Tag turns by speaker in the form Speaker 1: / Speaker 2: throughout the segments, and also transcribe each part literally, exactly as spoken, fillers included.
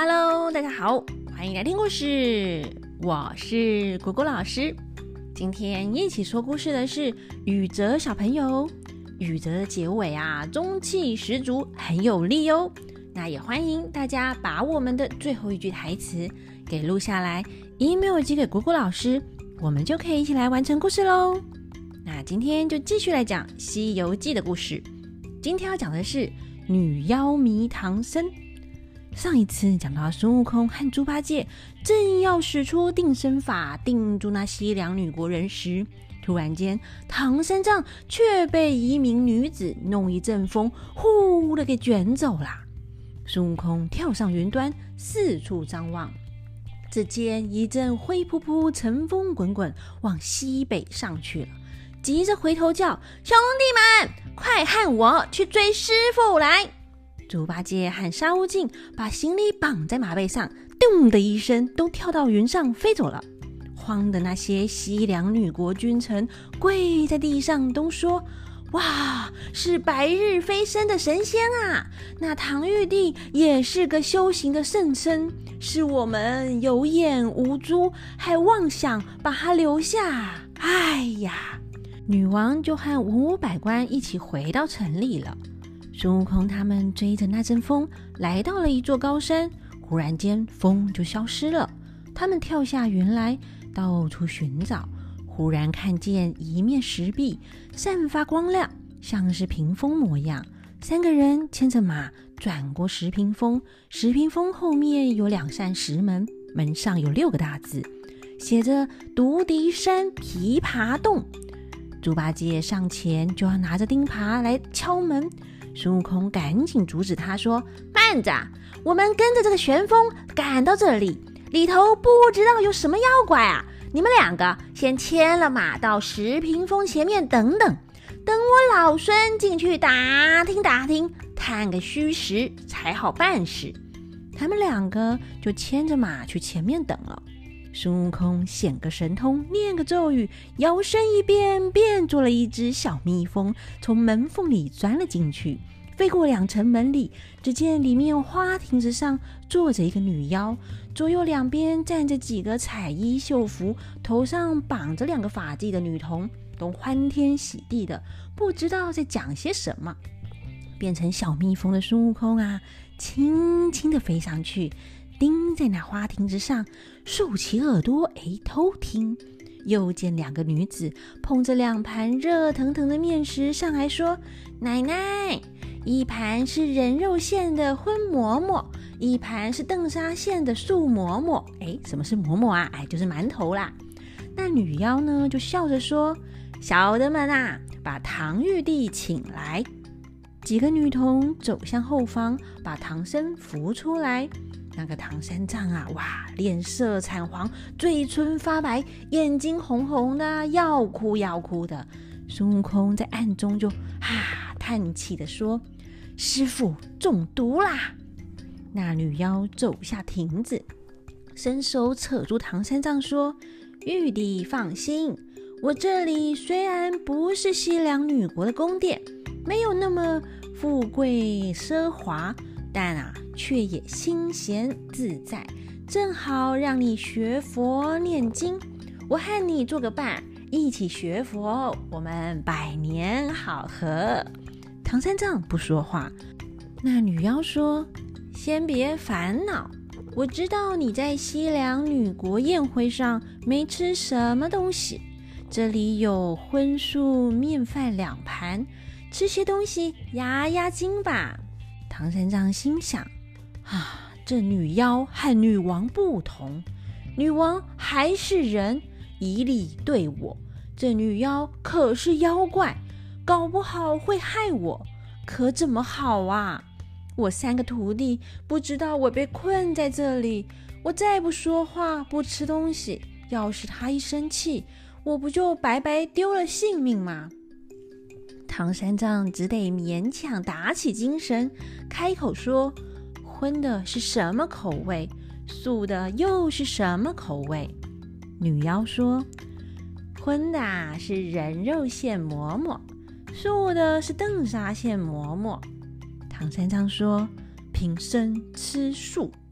Speaker 1: Hello， 大家好，欢迎来听故事，我是果果老师。今天一起说故事的是宇哲小朋友。宇哲的结尾啊，中气十足，很有力哦。那也欢迎大家把我们的最后一句台词给录下来 ，email 寄给果果老师，我们就可以一起来完成故事咯。那今天就继续来讲《西游记》的故事。今天要讲的是女妖迷唐僧。上一次讲到孙悟空和猪八戒正要使出定身法定住那西凉女国人时，突然间唐三藏却被一名女子弄一阵风呼的给卷走了。孙悟空跳上云端，四处张望，只见一阵灰扑扑，尘风滚滚，往西北上去了，急着回头叫：兄弟们，快和我去追师傅来！猪八戒和沙悟净把行李绑在马背上，咚的一声都跳到云上飞走了。慌的那些西凉女国君臣跪在地上，都说：哇，是白日飞升的神仙啊！那唐玉帝也是个修行的圣僧，是我们有眼无珠，还妄想把他留下。哎呀，女王就和文武百官一起回到城里了。孙悟空他们追着那阵风来到了一座高山，忽然间风就消失了。他们跳下云来，到处寻找，忽然看见一面石壁散发光亮，像是屏风模样。三个人牵着马转过石屏风，石屏风后面有两扇石门，门上有六个大字，写着独敌山琵琶洞。猪八戒上前就要拿着钉耙来敲门，孙悟空赶紧阻止他说：慢着，我们跟着这个旋风赶到这里，里头不知道有什么妖怪啊！你们两个先牵了马到石屏风前面等等，等我老孙进去打听打听，探个虚实才好办事。他们两个就牵着马去前面等了。孙悟空显个神通，念个咒语，摇身一变，变做了一只小蜜蜂，从门缝里钻了进去，飞过两层门里，只见里面花亭子上坐着一个女妖，左右两边站着几个彩衣绣服，头上绑着两个发髻的女童，都欢天喜地的，不知道在讲些什么。变成小蜜蜂的孙悟空啊，轻轻的飞上去，钉在那花亭子上，竖起耳朵哎偷听。又见两个女子捧着两盘热腾腾的面食上来说：奶奶，一盘是人肉馅的荤馍馍，一盘是邓沙馅的素馍馍。哎，什么是馍馍啊？哎，就是馒头啦。那女妖呢就笑着说：小的们啊，把唐玉帝请来。几个女童走向后方，把唐僧扶出来。那个唐三藏啊，哇，脸色惨黄，嘴唇发白，眼睛红红的，要哭要哭的。孙悟空在暗中就哈叹气的说：师父中毒啦！那女妖走下亭子，伸手扯住唐三藏说：玉帝放心，我这里虽然不是西凉女国的宫殿，没有那么富贵奢华，但啊，却也心闲自在，正好让你学佛念经。我和你做个伴，一起学佛，我们百年好合。唐三藏不说话。那女妖说：先别烦恼，我知道你在西凉女国宴会上没吃什么东西，这里有荤素面饭两盘，吃些东西压压惊吧。唐三藏心想：啊，这女妖和女王不同，女王还是人，以礼对我，这女妖可是妖怪，搞不好会害我，可怎么好啊？我三个徒弟不知道我被困在这里，我再不说话不吃东西，要是他一生气，我不就白白丢了性命吗？唐三藏只得勉强打起精神，开口说：荤的是什么口味？素的又是什么口味？女妖说：荤的是人肉馅馍馍，素的是邓沙馅馍馍。唐三藏说：贫僧吃素。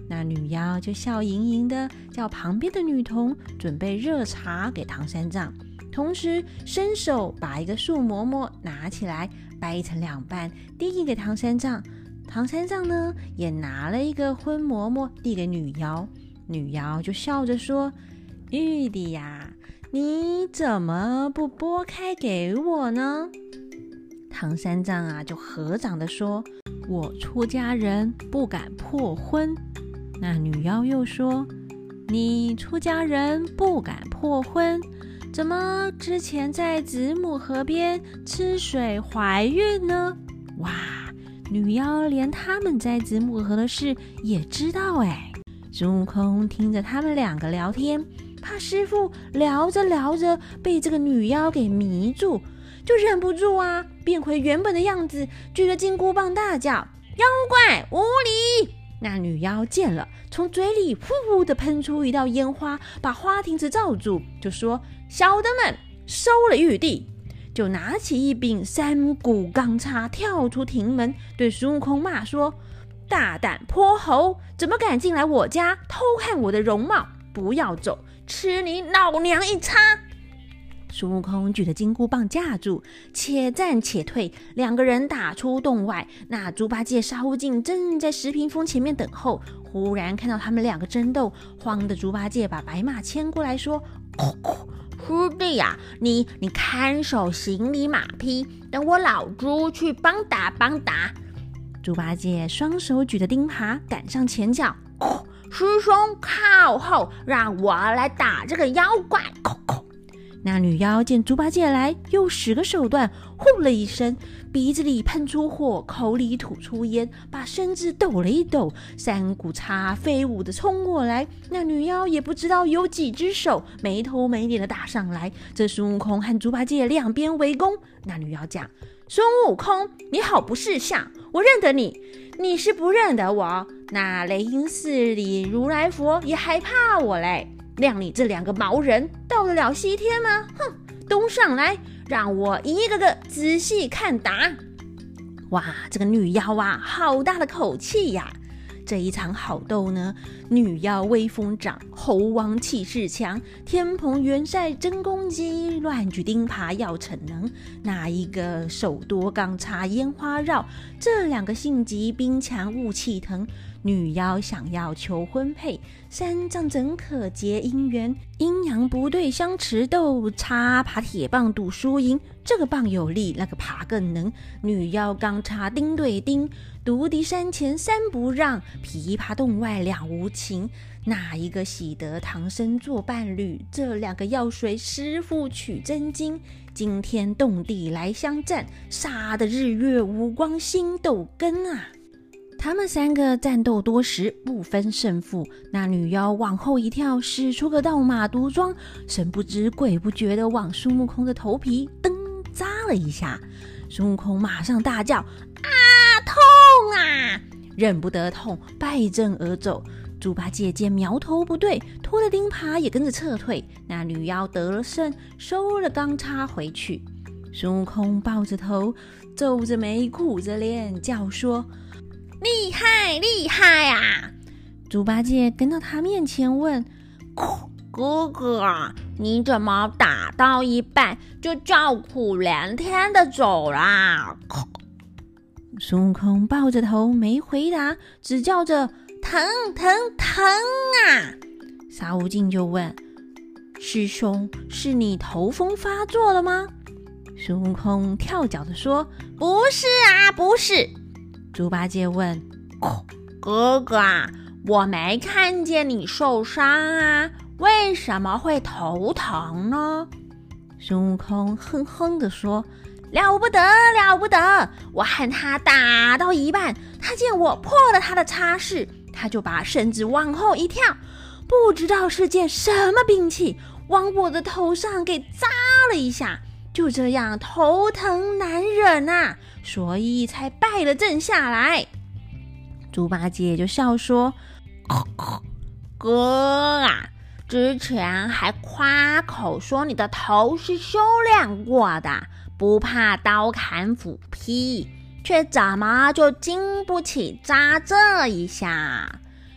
Speaker 1: 那女妖就笑盈盈的叫旁边的女童准备热茶给唐三藏，同时伸手把一个树嬷嬷拿起来掰成两半递给唐三藏。唐三藏呢也拿了一个荤嬷嬷递给女妖，女妖就笑着说：玉帝呀，你怎么不剥开给我呢？唐三藏啊就合掌的说：我出家人不敢破荤。那女妖又说：你出家人不敢破荤，怎么之前在子母河边吃水怀孕呢？哇，女妖连他们在子母河的事也知道哎。孙悟空听着他们两个聊天，怕师父聊着聊着被这个女妖给迷住，就忍不住啊变回原本的样子，举着金箍棒大叫：妖怪无礼！那女妖见了，从嘴里呼呼的喷出一道烟花，把花亭子罩住，就说：小的们收了玉帝。就拿起一柄三股钢叉跳出亭门，对孙悟空骂说：大胆泼猴，怎么敢进来我家偷看我的容貌？不要走，吃你老娘一叉！孙悟空举着金箍棒架住，且战且退，两个人打出洞外。那猪八戒、沙悟净正在石屏风前面等候，忽然看到他们两个争斗，慌的猪八戒把白马牵过来说：师弟呀、啊，你你看守行李马匹，等我老猪去帮打帮打。猪八戒双手举着钉耙赶上前脚：师兄靠后，让我来打这个妖怪！那女妖见猪八戒来，又使个手段，呼了一声，鼻子里喷出火，口里吐出烟，把身子抖了一抖，三股叉飞舞的冲过来。那女妖也不知道有几只手，没头没脸的打上来。这孙悟空和猪八戒两边围攻。那女妖讲：孙悟空，你好不识相，我认得你，你是不认得我。那雷音寺里如来佛也害怕我嘞。谅你这两个毛人，到得了西天吗？哼，都上来，让我一个个仔细看打。哇，这个女妖啊，好大的口气呀！这一场好斗呢，女妖威风长，猴王气势强，天蓬元帅真攻击，乱举钉耙要逞能。那一个手多钢叉烟花绕，这两个性急兵强雾气腾。女妖想要求婚配，三藏怎可结姻缘？阴阳不对相持斗，叉耙铁棒赌输赢。这个棒有力，那个耙更能。女妖钢叉钉对钉，独敌山前三不让，琵琶洞外两无情。哪一个喜得唐僧做伴侣？这两个要随师父取真经。惊天动地来相战，杀得日月无光星斗根啊！他们三个战斗多时，不分胜负。那女妖往后一跳，使出个倒马毒桩，神不知鬼不觉的往孙悟空的头皮噔扎了一下。孙悟空马上大叫：啊，痛啊！忍不得痛，败阵而走。猪八戒见苗头不对，拖了钉耙也跟着撤退。那女妖得了胜，收了钢叉回去。孙悟空抱着头，皱着眉，苦着脸，叫说：厉害厉害啊！猪八戒跟到他面前问：哥哥，你怎么打到一半就叫苦连天的走啦？孙悟空抱着头没回答，只叫着疼疼疼啊！沙悟净就问：师兄，是你头风发作了吗？孙悟空跳脚的说：不是啊，不是。猪八戒问：哥哥啊，我没看见你受伤啊，为什么会头疼呢？孙悟空哼哼地说：了不得了不得，我和他打到一半，他见我破了他的叉式，他就把身子往后一跳，不知道是件什么兵器，往我的头上给扎了一下，就这样头疼难忍啊，所以才败了阵下来。猪八戒就笑说：哥啊，之前还夸口说你的头是修炼过的，不怕刀砍斧劈，却怎么就经不起扎这一下？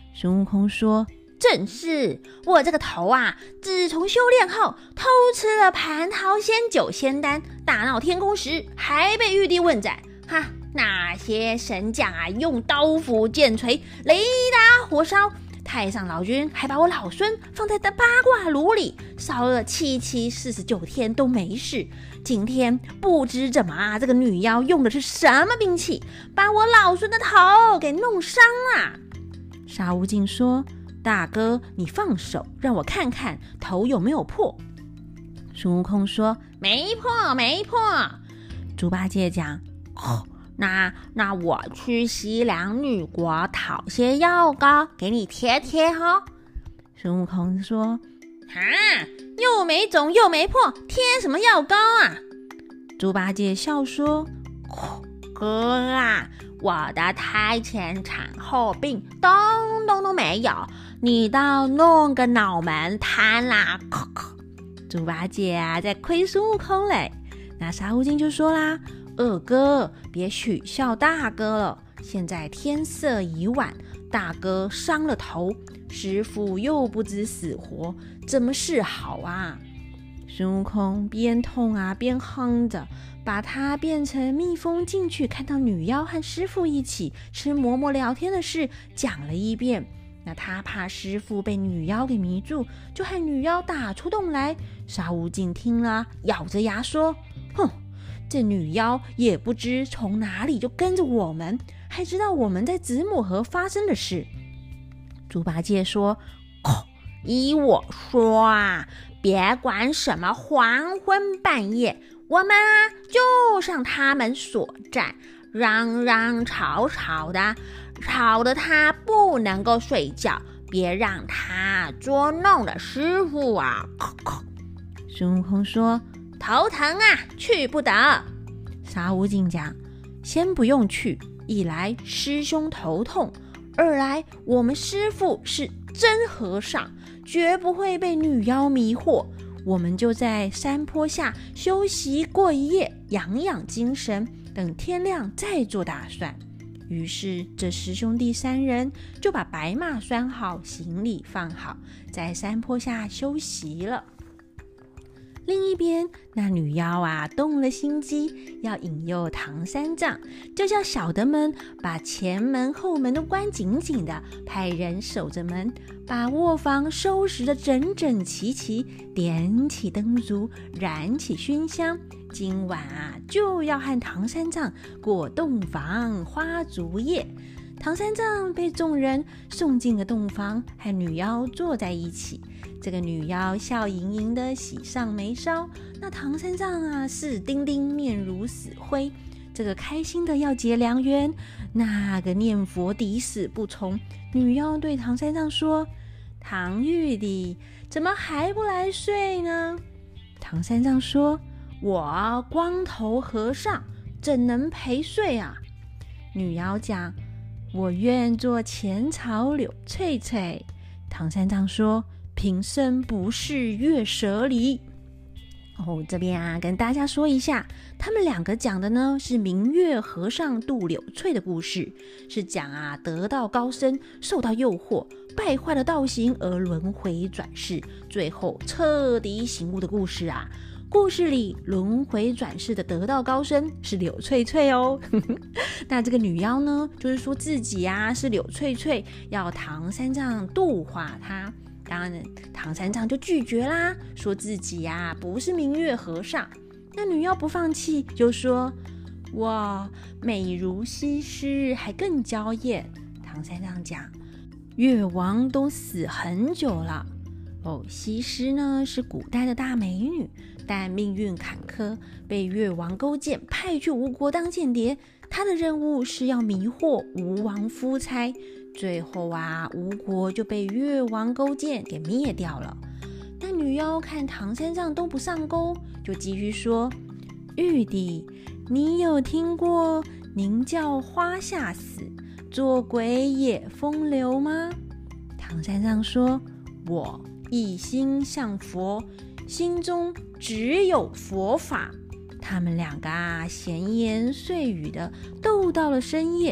Speaker 1: 孙悟空说：正是，我这个头啊，自从修炼后偷吃了蟠桃仙、九仙丹，大闹天宫时还被玉帝问斩。哈，那些神将啊，用刀斧剑锤雷打火烧，太上老君还把我老孙放在八卦炉里烧了七七四十九天都没事。今天不知怎么啊，这个女妖用的是什么兵器，把我老孙的头给弄伤了。沙悟净说：大哥，你放手，让我看看头有没有破。孙悟空说：没破没破。猪八戒讲：哦，那那我去西凉女国讨些药膏给你贴贴哦。孙悟空说：啊，又没肿又没破，贴什么药膏啊？猪八戒笑说：哦，哥啊，我的胎前产后病东东都没有，你倒弄个脑门瘫啦！猪八戒啊，在亏孙悟空嘞。那沙悟净就说啦：二哥，别取笑大哥了，现在天色已晚，大哥伤了头，师父又不知死活，怎么是好啊？孙悟空边痛啊边哼着，把他变成蜜蜂进去看到女妖和师父一起吃馍馍聊天的事讲了一遍。那他怕师父被女妖给迷住，就和女妖打出洞来。沙悟净听了，咬着牙说：哼，这女妖也不知从哪里就跟着我们，还知道我们在子母河发生的事。猪八戒说：哦，依我说啊，别管什么黄昏半夜，我们啊就上他们所在，嚷嚷吵吵的，吵得他不能够睡觉，别让他捉弄了师父啊！孙悟空说：头疼啊，去不得。沙悟净讲：先不用去，一来师兄头痛，二来我们师父是真和尚，绝不会被女妖迷惑，我们就在山坡下休息过一夜，养养精神，等天亮再做打算。于是这师兄弟三人就把白马拴好，行李放好，在山坡下休息了。另一边，那女妖啊动了心机，要引诱唐三藏，就叫小的们把前门后门都关紧紧的，派人守着门，把卧房收拾得整整齐齐，点起灯烛，燃起熏香。今晚啊就要和唐三藏过洞房花烛夜。唐三藏被众人送进了洞房，和女妖坐在一起。这个女妖笑盈盈的，喜上眉梢，那唐三藏啊是丁丁，面如死灰。这个开心的要结良缘，那个念佛抵死不从。女妖对唐三藏说：唐玉帝怎么还不来睡呢？唐三藏说：我光头和尚怎能陪睡啊？女妖讲：我愿做前草柳翠翠。唐三藏说：平生不是月舍里。哦，这边啊跟大家说一下，他们两个讲的呢是明月和尚渡柳翠的故事，是讲啊得道高僧受到诱惑，败坏了道行而轮回转世，最后彻底醒悟的故事啊。故事里轮回转世的得道高僧是柳翠翠哦。那这个女妖呢，就是说自己啊是柳翠翠，要唐三藏度化她。当然唐三藏就拒绝啦，说自己呀、啊、不是明月和尚。那女妖不放弃，就说：我美如西施，还更娇艳。唐三藏讲：越王都死很久了。哦，西施呢是古代的大美女，但命运坎坷，被越王勾践派去吴国当间谍。她的任务是要迷惑吴王夫差，最后啊，吴国就被越王勾践给灭掉了。那女妖看唐三藏都不上钩，就继续说：玉帝，你有听过宁叫花下死，做鬼也风流吗？唐三藏说：我一心向佛，心中只有佛法。他们两个啊闲言碎语的斗到了深夜，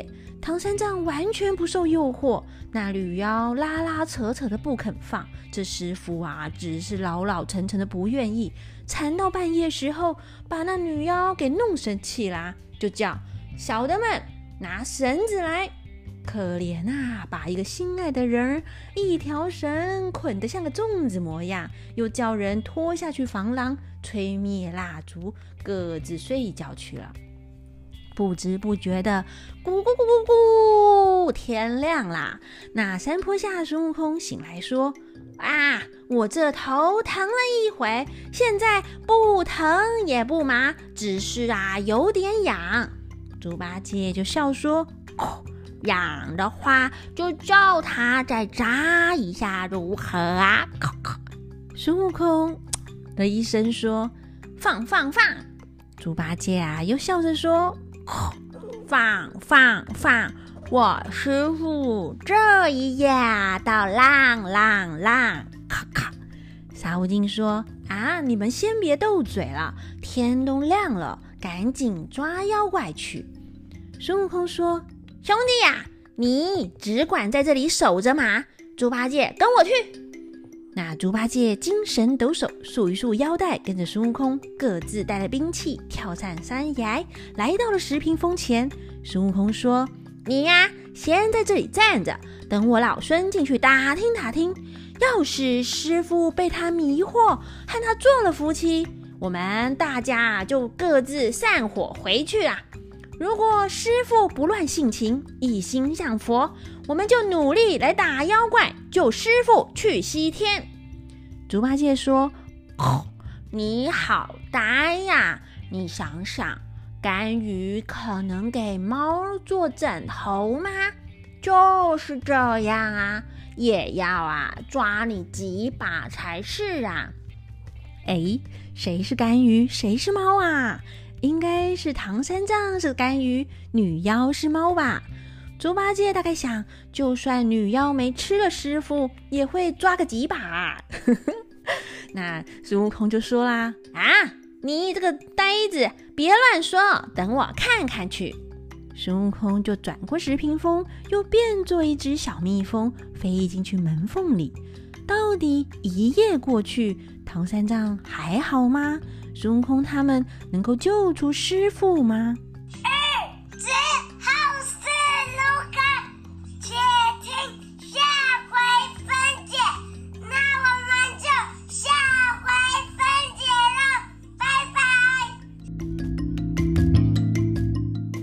Speaker 1: 唐三藏完全不受诱惑，那女妖拉拉扯扯的不肯放，这师傅啊只是老老沉沉的不愿意，缠到半夜时候，把那女妖给弄生气啦，就叫小的们拿绳子来。可怜啊，把一个心爱的人一条绳捆得像个粽子模样，又叫人拖下去房廊，吹灭蜡烛，各自睡觉去了。不知不觉的，咕咕咕咕咕，天亮啦。那山坡下孙悟空醒来说：啊，我这头疼了一回，现在不疼也不麻，只是啊有点痒。猪八戒就笑说：哦，痒的话就叫他再扎一下如何啊？孙悟空的一声说：放放放！猪八戒啊又笑着说：放放放！我师父这一夜到浪浪浪！咔咔！沙悟净说：啊，你们先别斗嘴了，天都亮了，赶紧抓妖怪去。孙悟空说：兄弟呀、啊，你只管在这里守着马，猪八戒跟我去。那猪八戒精神抖擞，束一束腰带，跟着孙悟空各自带了兵器，跳上山崖，来到了石屏风前。孙悟空说：你呀，先在这里站着，等我老孙进去打听打听，要是师父被他迷惑，和他做了夫妻，我们大家就各自散伙回去啦。如果师父不乱性情，一心向佛，我们就努力来打妖怪，救师父去西天。猪八戒说：哦，你好呆呀！你想想，甘鱼可能给猫做枕头吗？就是这样啊，也要啊抓你几把才是啊。哎，谁是甘鱼，谁是猫啊？应该是唐三藏是甘鱼，女妖是猫吧。猪八戒大概想，就算女妖没吃了师父，也会抓个几把。那孙悟空就说啦：啊，你这个呆子，别乱说，等我看看去。孙悟空就转过石屏风，又变作一只小蜜蜂，飞进去门缝里。到底一夜过去，唐三藏还好吗？孙悟空他们能够救出师父吗？